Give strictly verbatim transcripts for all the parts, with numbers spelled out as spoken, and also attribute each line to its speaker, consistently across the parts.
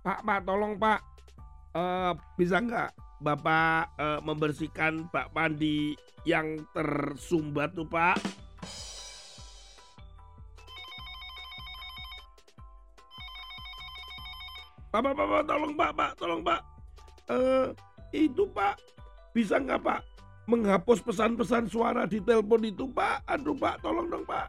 Speaker 1: Pak Pak, tolong Pak, eee, bisa nggak Bapak, eee, membersihkan bak mandi yang tersumbat tuh, Pak? Pak Pak Pak Pak, tolong Pak Pak, tolong Pak, eee, itu Pak, bisa nggak Pak, menghapus pesan-pesan suara di telepon itu Pak? Aduh Pak, tolong dong Pak.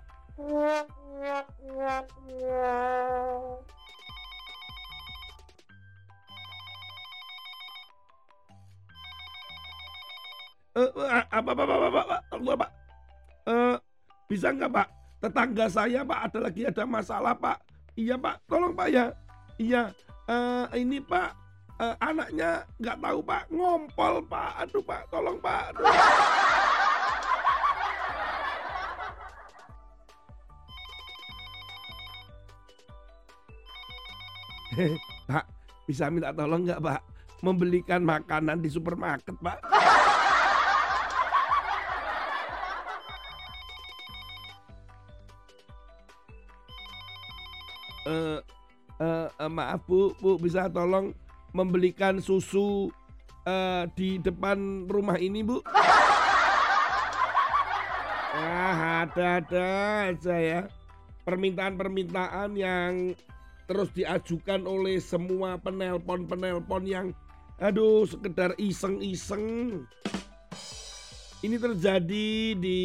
Speaker 1: Eee, a apa Pak Pak Pak Pak Pak, tunggu Pak, eee, bisa nggak Pak, tetangga saya Pak ada lagi ada masalah Pak. Iya Pak, tolong Pak ya. Iya, eee, ini Pak, eee, anaknya nggak tahu Pak, ngompol Pak. Aduh Pak, tolong Pak, aduh. Pak, bisa minta tolong nggak Pak, membelikan makanan di supermarket Pak? Eee eee eee, maaf Bu Bu, bisa tolong membelikan susu, eee, di depan rumah ini Bu? Ah, ada-ada aja ya, permintaan-permintaan yang terus diajukan oleh semua penelpon-penelpon yang aduh sekedar iseng-iseng. Ini terjadi di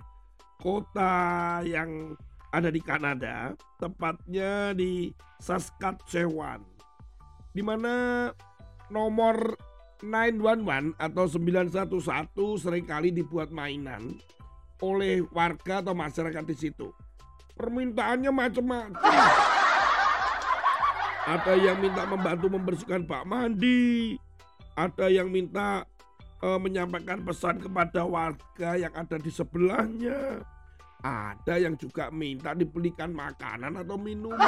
Speaker 1: kota yang ada di Kanada, tepatnya di Saskatchewan, di mana nomor nine one one atau sembilan satu satu seringkali dibuat mainan oleh warga atau masyarakat di situ. Permintaannya macam-macam. Ada yang minta membantu membersihkan bak mandi, ada yang minta eee, menyampaikan pesan kepada warga yang ada di sebelahnya, ada yang juga minta dibelikan makanan atau minuman.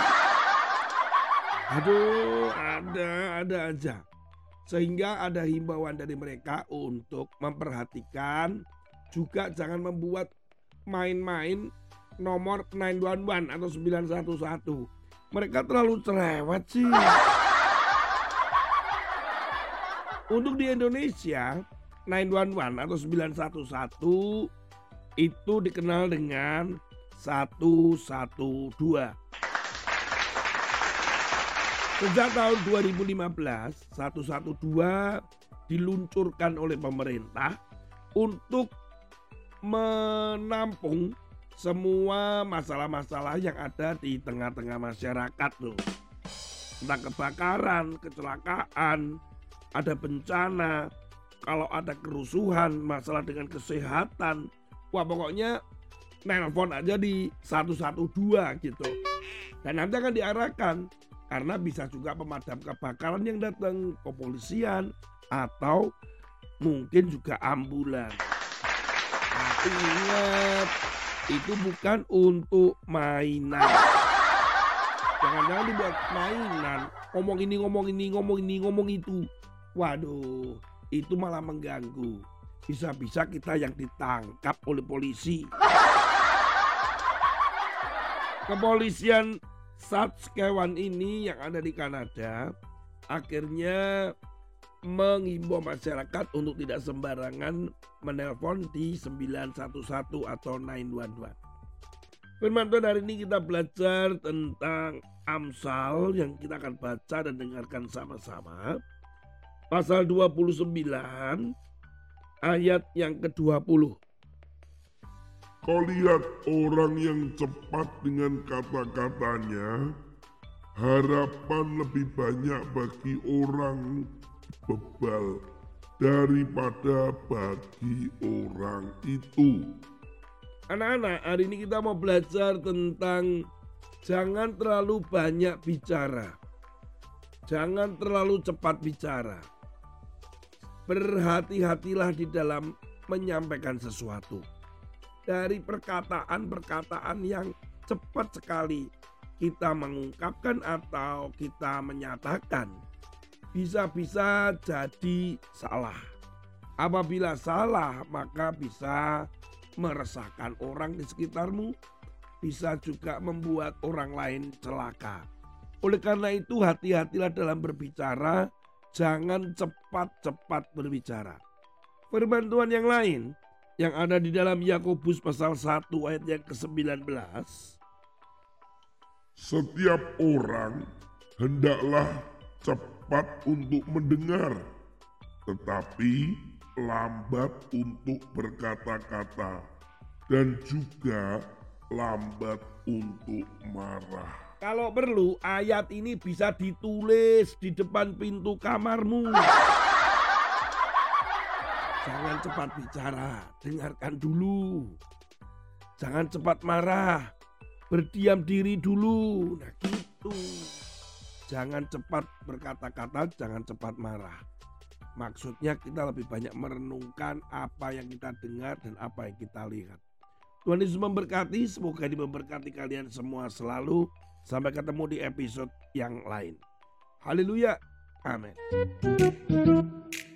Speaker 1: Aduh, ada ada aja. Sehingga ada himbauan dari mereka untuk memperhatikan, juga jangan membuat main-main nomor nine one one atau sembilan satu satu. Mereka terlalu cerewet sih. Untuk di Indonesia, nine one one atau sembilan satu satu itu dikenal dengan satu satu dua. Sejak tahun dua ribu lima belas, satu satu dua diluncurkan oleh pemerintah untuk menampung semua masalah-masalah yang ada di tengah-tengah masyarakat tuh. Entah kebakaran, kecelakaan, ada bencana, kalau ada kerusuhan, masalah dengan kesehatan. Wah pokoknya nelpon aja di satu satu dua gitu. Dan nanti akan diarahkan, karena bisa juga pemadam kebakaran yang datang, kepolisian, atau mungkin juga ambulan. Tapi ingat, itu bukan untuk mainan. Jangan-jangan dibuat mainan, ngomong ini, ngomong ini, ngomong ini, ngomong itu. Waduh, itu malah mengganggu. Bisa-bisa kita yang ditangkap oleh polisi. Kepolisian Saskatchewan ini yang ada di Kanada akhirnya mengimbau masyarakat untuk tidak sembarangan menelpon di sembilan satu satu atau nine one one. Firman Tuhan hari ini kita belajar tentang Amsal yang kita akan baca dan dengarkan sama-sama. Pasal dua puluh sembilan ayat yang kedua puluh.
Speaker 2: Kau lihat orang yang cepat dengan kata-katanya, harapan lebih banyak bagi orang bebal daripada bagi orang itu.
Speaker 1: Anak-anak, hari ini kita mau belajar tentang jangan terlalu banyak bicara. Jangan terlalu cepat bicara. Berhati-hatilah di dalam menyampaikan sesuatu. Dari perkataan-perkataan yang cepat sekali kita mengungkapkan atau kita menyatakan, bisa-bisa jadi salah. Apabila salah, maka bisa meresahkan orang di sekitarmu, bisa juga membuat orang lain celaka. Oleh karena itu hati-hatilah dalam berbicara, jangan cepat-cepat berbicara. Firman Tuhan yang lain yang ada di dalam Yakobus pasal satu ayat yang kesembilan belas.
Speaker 2: Setiap orang hendaklah cepat untuk mendengar, tetapi lambat untuk berkata-kata, dan juga lambat untuk marah.
Speaker 1: Kalau perlu ayat ini bisa ditulis di depan pintu kamarmu. Jangan cepat bicara, dengarkan dulu. Jangan cepat marah, berdiam diri dulu. Nah gitu. Jangan cepat berkata-kata, jangan cepat marah. Maksudnya kita lebih banyak merenungkan apa yang kita dengar dan apa yang kita lihat. Tuhan Yesus memberkati, semoga memberkati kalian semua selalu. Sampai ketemu di episode yang lain. Haleluya. Amin.